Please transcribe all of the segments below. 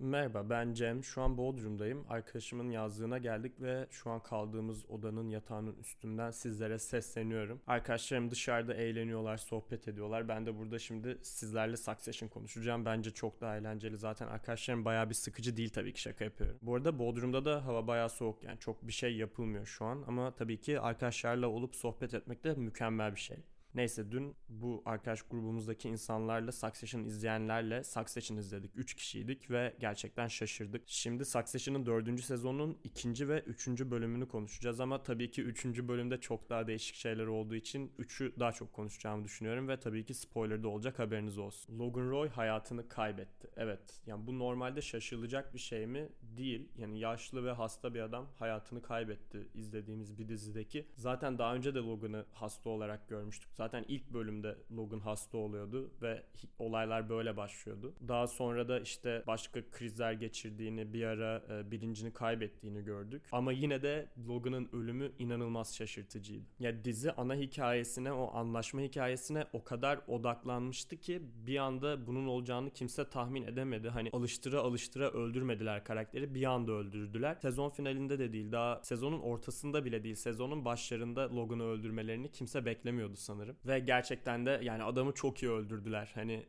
Merhaba, ben Cem. Şu an Bodrum'dayım. Arkadaşımın yazlığına geldik ve şu an kaldığımız odanın yatağının üstünden sizlere sesleniyorum. Arkadaşlarım dışarıda eğleniyorlar, sohbet ediyorlar. Ben de burada şimdi sizlerle Succession konuşacağım. Bence çok daha eğlenceli. Zaten arkadaşlarım bayağı bir sıkıcı değil, tabii ki, şaka yapıyorum. Bu arada Bodrum'da da hava bayağı soğuk, yani çok bir şey yapılmıyor şu an. Ama tabii ki arkadaşlarla olup sohbet etmek de mükemmel bir şey. Neyse, dün bu arkadaş grubumuzdaki insanlarla, Succession izleyenlerle Succession izledik. 3 kişiydik ve gerçekten şaşırdık. Şimdi Succession'ın 4. sezonun 2. ve 3. bölümünü konuşacağız ama tabii ki 3. bölümde çok daha değişik şeyler olduğu için 3'ü daha çok konuşacağımı düşünüyorum ve tabii ki spoiler da olacak, haberiniz olsun. Logan Roy hayatını kaybetti. Evet, yani bu normalde şaşılacak bir şey mi? Değil. Yani yaşlı ve hasta bir adam hayatını kaybetti izlediğimiz bir dizideki. Zaten daha önce de Logan'ı hasta olarak görmüştük. Zaten ilk bölümde Logan hasta oluyordu ve olaylar böyle başlıyordu. Daha sonra da işte başka krizler geçirdiğini, bir ara bilincini kaybettiğini gördük. Ama yine de Logan'ın ölümü inanılmaz şaşırtıcıydı. Ya dizi ana hikayesine, o anlaşma hikayesine o kadar odaklanmıştı ki bir anda bunun olacağını kimse tahmin edemedi. Hani alıştıra alıştıra öldürmediler karakteri, bir anda öldürdüler. Sezon finalinde de değil, daha sezonun ortasında bile değil, sezonun başlarında Logan'ı öldürmelerini kimse beklemiyordu sanırım. Ve gerçekten de yani adamı çok iyi öldürdüler. Hani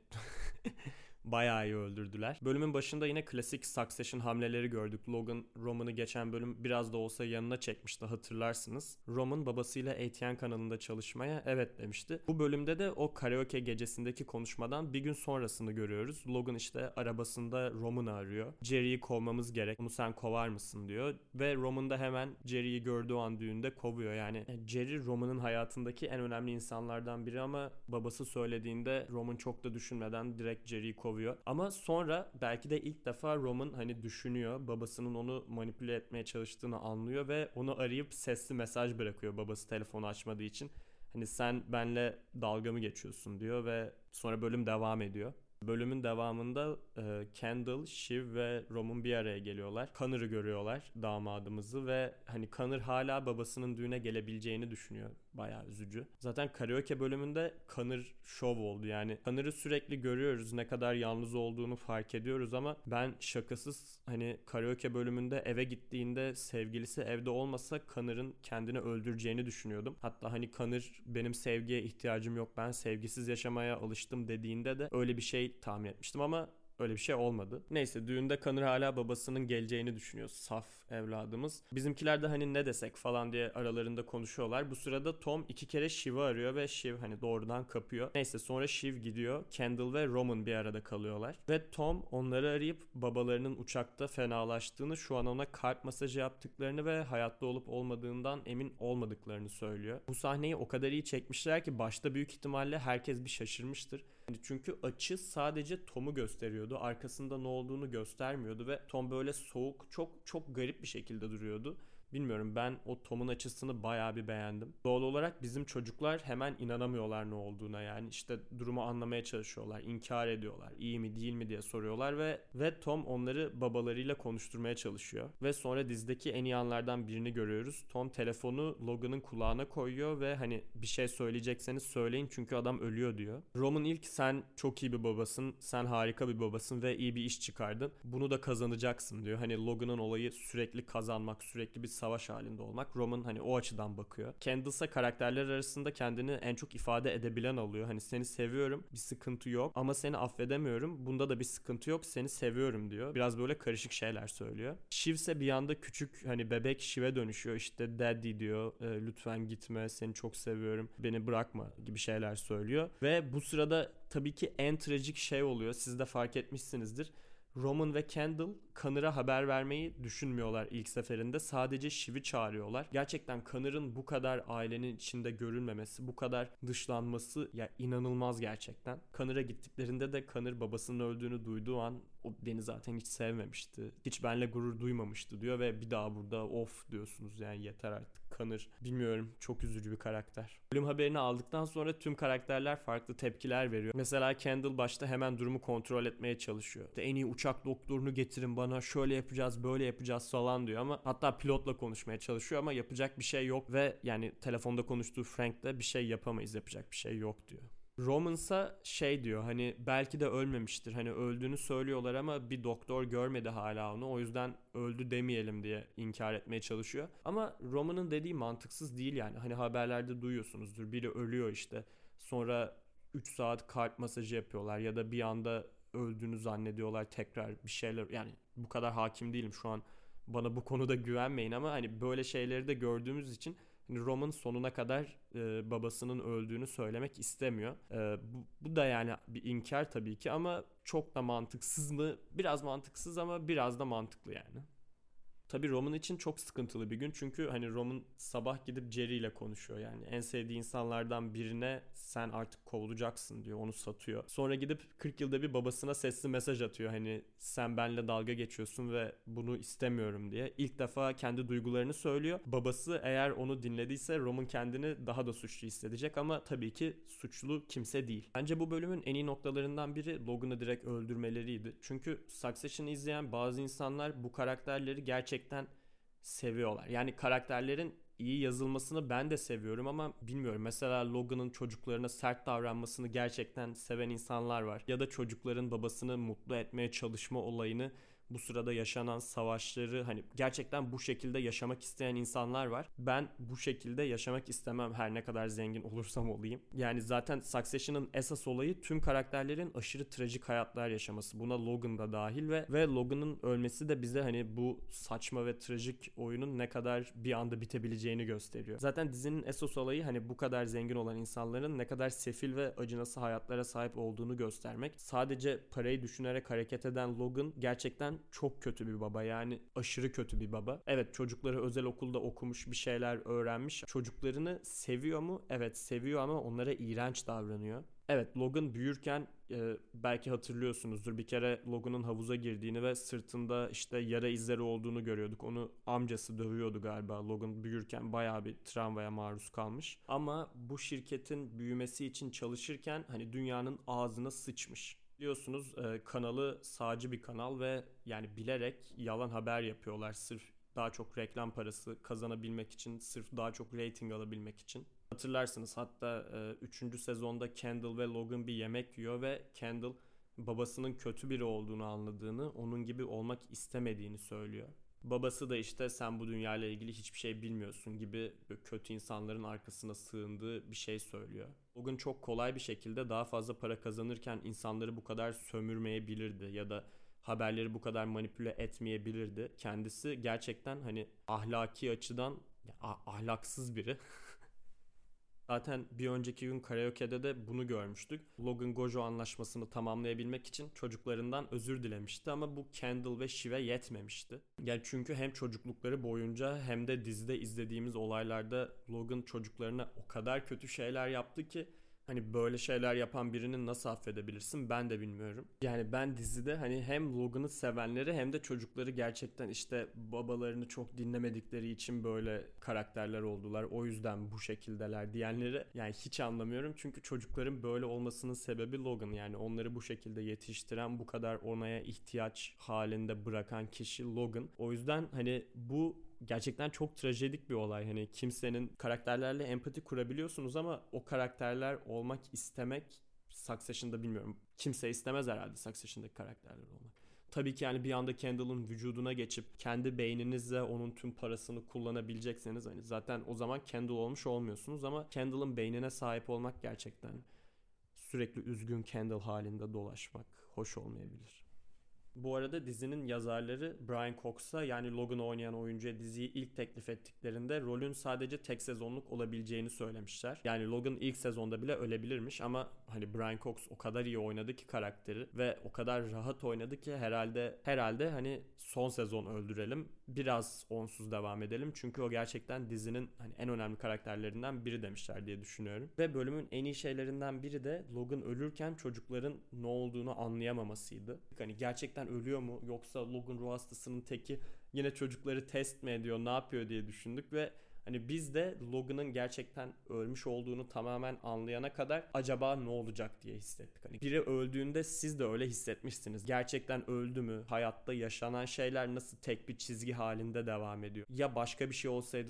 bayağı iyi öldürdüler. Bölümün başında yine klasik Succession hamleleri gördük. Logan, Roman'ı geçen bölüm biraz da olsa yanına çekmişti, hatırlarsınız. Roman babasıyla ATN kanalında çalışmaya evet demişti. Bu bölümde de o karaoke gecesindeki konuşmadan bir gün sonrasını görüyoruz. Logan işte arabasında Roman'ı arıyor. Jerry'yi kovmamız gerek. Bunu sen kovar mısın diyor. Ve Roman da hemen Jerry'yi gördüğü an düğünde kovuyor. Yani Jerry Roman'ın hayatındaki en önemli insanlardan biri ama babası söylediğinde Roman çok da düşünmeden direkt Jerry'yi kovuyor. Ama sonra belki de ilk defa Roman hani düşünüyor. Babasının onu manipüle etmeye çalıştığını anlıyor ve onu arayıp sesli mesaj bırakıyor babası telefonu açmadığı için. Hani sen benle dalga mı geçiyorsun diyor ve sonra bölüm devam ediyor. Bölümün devamında Kendall, Shiv ve Roman bir araya geliyorlar. Connor'ı görüyorlar, damadımızı, ve hani Connor hala babasının düğüne gelebileceğini düşünüyor. Bayağı üzücü. Zaten karaoke bölümünde Connor şov oldu. Yani Connor'ı sürekli görüyoruz. Ne kadar yalnız olduğunu fark ediyoruz ama ben şakasız hani karaoke bölümünde eve gittiğinde sevgilisi evde olmasa Connor'ın kendini öldüreceğini düşünüyordum. Hatta hani Connor benim sevgiye ihtiyacım yok, ben sevgisiz yaşamaya alıştım dediğinde de öyle bir şey tahmin etmiştim ama öyle bir şey olmadı. Neyse, düğünde Connor hala babasının geleceğini düşünüyor. Saf evladımız. Bizimkiler de hani ne desek falan diye aralarında konuşuyorlar. Bu sırada Tom 2 kere Shiv'i arıyor ve Shiv hani doğrudan kapıyor. Neyse, sonra Shiv gidiyor. Kendall ve Roman bir arada kalıyorlar. Ve Tom onları arayıp babalarının uçakta fenalaştığını, şu an ona kalp masajı yaptıklarını ve hayatta olup olmadığından emin olmadıklarını söylüyor. Bu sahneyi o kadar iyi çekmişler ki başta büyük ihtimalle herkes bir şaşırmıştır. Çünkü açı sadece Tom'u gösteriyordu. Arkasında ne olduğunu göstermiyordu ve Tom böyle soğuk, çok çok garip bir şekilde duruyordu. Bilmiyorum, ben o Tom'un açısını bayağı bir beğendim. Doğal olarak bizim çocuklar hemen inanamıyorlar ne olduğuna, yani işte durumu anlamaya çalışıyorlar, inkar ediyorlar, iyi mi değil mi diye soruyorlar ve Tom onları babalarıyla konuşturmaya çalışıyor. Ve sonra dizideki en iyi anlardan birini görüyoruz. Tom telefonu Logan'ın kulağına koyuyor ve hani bir şey söyleyecekseniz söyleyin çünkü adam ölüyor diyor. Roman ilk sen çok iyi bir babasın, sen harika bir babasın ve iyi bir iş çıkardın, bunu da kazanacaksın diyor. Hani Logan'ın olayı sürekli kazanmak, sürekli bir savaş halinde olmak. Roman hani o açıdan bakıyor. Candace ise karakterler arasında kendini en çok ifade edebilen alıyor. Hani seni seviyorum, bir sıkıntı yok ama seni affedemiyorum, bunda da bir sıkıntı yok, seni seviyorum diyor. Biraz böyle karışık şeyler söylüyor. Shiv ise bir anda küçük hani bebek Shiv'e dönüşüyor. İşte daddy diyor, lütfen gitme, seni çok seviyorum, beni bırakma gibi şeyler söylüyor. Ve bu sırada tabii ki en trajik şey oluyor. Siz de fark etmişsinizdir. Roman ve Kendall Connor'a haber vermeyi düşünmüyorlar ilk seferinde. Sadece Shiv'i çağırıyorlar. Gerçekten Connor'ın bu kadar ailenin içinde görülmemesi, bu kadar dışlanması ya inanılmaz gerçekten. Connor'a gittiklerinde de Connor babasının öldüğünü duyduğu an o beni zaten hiç sevmemişti, hiç benimle gurur duymamıştı diyor ve bir daha burada of diyorsunuz, yani yeter artık Connor. Bilmiyorum, çok üzücü bir karakter. Ölüm haberini aldıktan sonra tüm karakterler farklı tepkiler veriyor. Mesela Kendall başta hemen durumu kontrol etmeye çalışıyor. En iyi uçak doktorunu getirin bana, şöyle yapacağız böyle yapacağız falan diyor ama hatta pilotla konuşmaya çalışıyor ama yapacak bir şey yok ve yani telefonda konuştuğu Frank de bir şey yapamayız, yapacak bir şey yok diyor. Roman'sa şey diyor, hani belki de ölmemiştir. Hani öldüğünü söylüyorlar ama bir doktor görmedi hala onu. O yüzden öldü demeyelim diye inkar etmeye çalışıyor. Ama Roman'ın dediği mantıksız değil yani. Hani haberlerde duyuyorsunuzdur. Biri ölüyor işte. Sonra 3 saat kalp masajı yapıyorlar ya da bir anda öldüğünü zannediyorlar, tekrar bir şeyler. Yani bu kadar hakim değilim şu an, bana bu konuda güvenmeyin ama hani böyle şeyleri de gördüğümüz için hani Roman sonuna kadar babasının öldüğünü söylemek istemiyor. Bu da yani bir inkar tabii ki ama çok da mantıksız mı? Biraz mantıksız ama biraz da mantıklı yani. Tabii Roman için çok sıkıntılı bir gün çünkü hani Roman sabah gidip Jerry ile konuşuyor, yani en sevdiği insanlardan birine sen artık kovulacaksın diyor, onu satıyor. Sonra gidip 40 yılda bir babasına sesli mesaj atıyor, hani sen benimle dalga geçiyorsun ve bunu istemiyorum diye. İlk defa kendi duygularını söylüyor. Babası eğer onu dinlediyse Roman kendini daha da suçlu hissedecek ama tabii ki suçlu kimse değil. Bence bu bölümün en iyi noktalarından biri Logan'ı direkt öldürmeleriydi. Çünkü Succession'ı izleyen bazı insanlar bu karakterleri gerçekten seviyorlar. Yani karakterlerin iyi yazılmasını ben de seviyorum ama bilmiyorum. Mesela Logan'ın çocuklarına sert davranmasını gerçekten seven insanlar var. Ya da çocukların babasını mutlu etmeye çalışma olayını, bu sırada yaşanan savaşları hani gerçekten bu şekilde yaşamak isteyen insanlar var. Ben bu şekilde yaşamak istemem her ne kadar zengin olursam olayım. Yani zaten Succession'ın esas olayı tüm karakterlerin aşırı trajik hayatlar yaşaması. Buna Logan da dahil ve Logan'ın ölmesi de bize hani bu saçma ve trajik oyunun ne kadar bir anda bitebileceğini gösteriyor. Zaten dizinin esas olayı hani bu kadar zengin olan insanların ne kadar sefil ve acınası hayatlara sahip olduğunu göstermek. Sadece parayı düşünerek hareket eden Logan gerçekten çok kötü bir baba, yani aşırı kötü bir baba. Evet, çocukları özel okulda okumuş, bir şeyler öğrenmiş. Çocuklarını seviyor mu? Evet seviyor ama onlara iğrenç davranıyor. Evet, Logan büyürken belki hatırlıyorsunuzdur, bir kere Logan'ın havuza girdiğini ve sırtında işte yara izleri olduğunu görüyorduk. Onu amcası dövüyordu galiba. Logan büyürken bayağı bir travmaya maruz kalmış. Ama bu şirketin büyümesi için çalışırken hani dünyanın ağzına sıçmış. Biliyorsunuz kanalı sağcı bir kanal ve yani bilerek yalan haber yapıyorlar sırf daha çok reklam parası kazanabilmek için, sırf daha çok rating alabilmek için. Hatırlarsınız hatta 3. sezonda Kendall ve Logan bir yemek yiyor ve Kendall babasının kötü biri olduğunu anladığını, onun gibi olmak istemediğini söylüyor. Babası da işte sen bu dünya ile ilgili hiçbir şey bilmiyorsun gibi kötü insanların arkasına sığındığı bir şey söylüyor. Logan çok kolay bir şekilde daha fazla para kazanırken insanları bu kadar sömürmeyebilirdi ya da haberleri bu kadar manipüle etmeyebilirdi. Kendisi gerçekten hani ahlaki açıdan ahlaksız biri. Zaten bir önceki gün karaoke'de de bunu görmüştük. Logan Gojo anlaşmasını tamamlayabilmek için çocuklarından özür dilemişti ama bu Kendall ve Shiv'e yetmemişti. Yani çünkü hem çocuklukları boyunca hem de dizide izlediğimiz olaylarda Logan çocuklarına o kadar kötü şeyler yaptı ki hani böyle şeyler yapan birini nasıl affedebilirsin ben de bilmiyorum. Yani ben dizide hani hem Logan'ı sevenleri hem de çocukları gerçekten işte babalarını çok dinlemedikleri için böyle karakterler oldular, o yüzden bu şekildeler diyenleri yani hiç anlamıyorum. Çünkü çocukların böyle olmasının sebebi Logan, yani onları bu şekilde yetiştiren, bu kadar onaya ihtiyaç halinde bırakan kişi Logan. O yüzden hani bu gerçekten çok trajedik bir olay. Hani kimsenin, karakterlerle empati kurabiliyorsunuz ama o karakterler olmak istemek Succession'da bilmiyorum. Kimse istemez herhalde Succession'daki karakterler olmak. Tabii ki yani bir anda Kendall'ın vücuduna geçip kendi beyninizle onun tüm parasını kullanabilecekseniz hani zaten o zaman Kendall olmuş olmuyorsunuz ama Kendall'ın beynine sahip olmak gerçekten, sürekli üzgün Kendall halinde dolaşmak hoş olmayabilir. Bu arada dizinin yazarları Brian Cox'a, yani Logan'ı oynayan oyuncuya diziyi ilk teklif ettiklerinde rolün sadece tek sezonluk olabileceğini söylemişler. Yani Logan ilk sezonda bile ölebilirmiş ama hani Brian Cox o kadar iyi oynadı ki karakteri ve o kadar rahat oynadı ki herhalde hani son sezon öldürelim, biraz onsuz devam edelim çünkü o gerçekten dizinin hani en önemli karakterlerinden biri demişler diye düşünüyorum. Ve bölümün en iyi şeylerinden biri de Logan ölürken çocukların ne olduğunu anlayamamasıydı. Hani gerçekten ölüyor mu yoksa Logan ruh hastasının teki yine çocukları test mi ediyor, ne yapıyor diye düşündük ve hani biz de Logan'ın gerçekten ölmüş olduğunu tamamen anlayana kadar acaba ne olacak diye hissettik. Hani biri öldüğünde siz de öyle hissetmişsiniz. Gerçekten öldü mü? Hayatta yaşanan şeyler nasıl tek bir çizgi halinde devam ediyor? Ya başka bir şey olsaydı da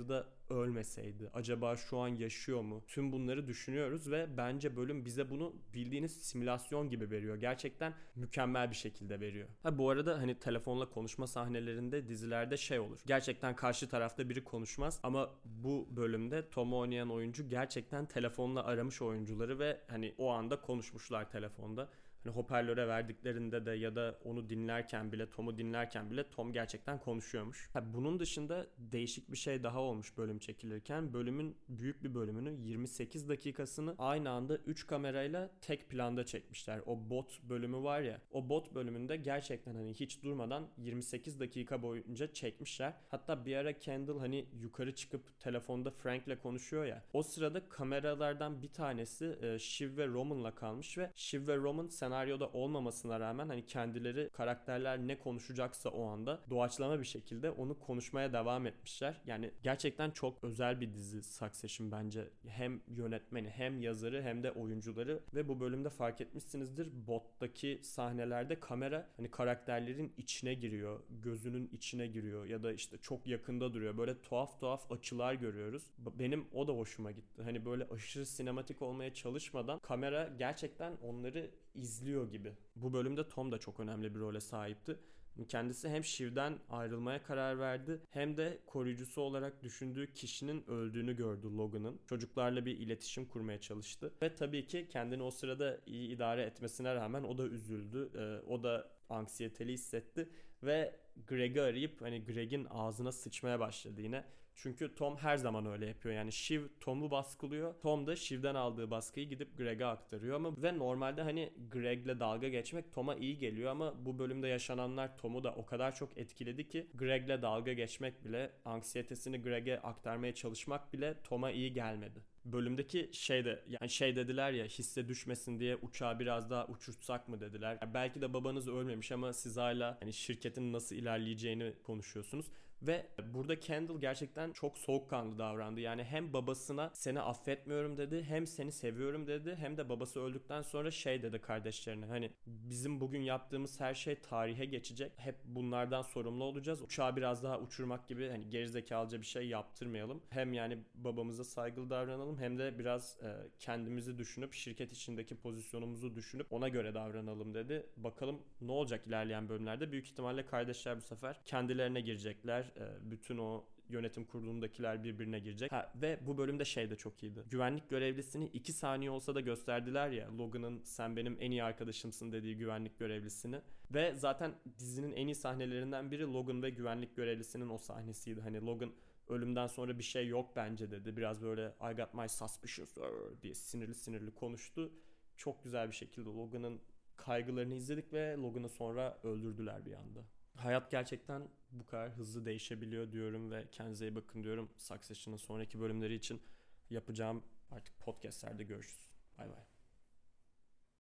ölmeseydi? Acaba şu an yaşıyor mu? Tüm bunları düşünüyoruz ve bence bölüm bize bunu bildiğiniz simülasyon gibi veriyor. Gerçekten mükemmel bir şekilde veriyor. Ha, bu arada hani telefonla konuşma sahnelerinde dizilerde şey olur. Gerçekten karşı tarafta biri konuşmaz ama bu bölümde Tom'u oynayan oyuncu gerçekten telefonla aramış oyuncuları ve hani o anda konuşmuşlar telefonda. Hani hoparlöre verdiklerinde de ya da onu dinlerken bile, Tom'u dinlerken bile Tom gerçekten konuşuyormuş. Bunun dışında değişik bir şey daha olmuş bölüm çekilirken. Bölümün büyük bir bölümünü, 28 dakikasını aynı anda 3 kamerayla tek planda çekmişler. O bot bölümü var ya, o bot bölümünde gerçekten hani hiç durmadan 28 dakika boyunca çekmişler. Hatta bir ara Kendall hani yukarı çıkıp telefonda Frank'le konuşuyor ya. O sırada kameralardan bir tanesi Shiv ve Roman'la kalmış ve Shiv ve Roman senaryoda olmamasına rağmen hani kendileri karakterler ne konuşacaksa o anda doğaçlama bir şekilde onu konuşmaya devam etmişler. Yani gerçekten çok özel bir dizi Succession bence. Hem yönetmeni hem yazarı hem de oyuncuları ve bu bölümde fark etmişsinizdir, bottaki sahnelerde kamera hani karakterlerin içine giriyor, gözünün içine giriyor ya da işte çok yakında duruyor. Böyle tuhaf tuhaf açılar görüyoruz. Benim o da hoşuma gitti. Hani böyle aşırı sinematik olmaya çalışmadan kamera gerçekten onları izliyor gibi. Bu bölümde Tom da çok önemli bir role sahipti. Kendisi hem Shiv'den ayrılmaya karar verdi hem de koruyucusu olarak düşündüğü kişinin öldüğünü gördü Logan'ın. Çocuklarla bir iletişim kurmaya çalıştı. Ve tabii ki kendini o sırada iyi idare etmesine rağmen o da üzüldü. O da anksiyeteli hissetti ve Greg'i arayıp hani Greg'in ağzına sıçmaya başladı yine. Çünkü Tom her zaman öyle yapıyor. Yani Shiv Tom'u baskılıyor. Tom da Shiv'den aldığı baskıyı gidip Greg'e aktarıyor ama ve normalde hani Greg'le dalga geçmek Tom'a iyi geliyor ama bu bölümde yaşananlar Tom'u da o kadar çok etkiledi ki Greg'le dalga geçmek bile, anksiyetesini Greg'e aktarmaya çalışmak bile Tom'a iyi gelmedi. Bölümdeki şey dediler ya, hisse düşmesin diye uçağı biraz daha uçurtsak mı dediler. Ya belki de babanız ölmemiş ama siz hala hani şirketin nasıl ilerleyeceğini konuşuyorsunuz. Ve burada Kendall gerçekten çok soğukkanlı davrandı. Yani hem babasına seni affetmiyorum dedi, hem seni seviyorum dedi, hem de babası öldükten sonra şey dedi kardeşlerine. Hani bizim bugün yaptığımız her şey tarihe geçecek. Hep bunlardan sorumlu olacağız. Uçağı biraz daha uçurmak gibi hani gerizekalıca bir şey yaptırmayalım. Hem yani babamıza saygılı davranalım hem de biraz kendimizi düşünüp şirket içindeki pozisyonumuzu düşünüp ona göre davranalım dedi. Bakalım ne olacak ilerleyen bölümlerde. Büyük ihtimalle kardeşler bu sefer kendilerine girecekler. Bütün o yönetim kurulundakiler birbirine girecek. Ve bu bölümde şey de çok iyiydi. Güvenlik görevlisini 2 saniye olsa da gösterdiler ya. Logan'ın sen benim en iyi arkadaşımsın dediği güvenlik görevlisini. Ve zaten dizinin en iyi sahnelerinden biri Logan ve güvenlik görevlisinin o sahnesiydi. Hani Logan ölümden sonra bir şey yok bence dedi. Biraz böyle I got my suspicions diye sinirli sinirli konuştu. Çok güzel bir şekilde Logan'ın kaygılarını izledik ve Logan'ı sonra öldürdüler bir anda. Hayat gerçekten bu kadar hızlı değişebiliyor diyorum ve kendinize iyi bakın diyorum. Succession'ın sonraki bölümleri için yapacağım artık podcastlerde görüşürüz. Bay bay.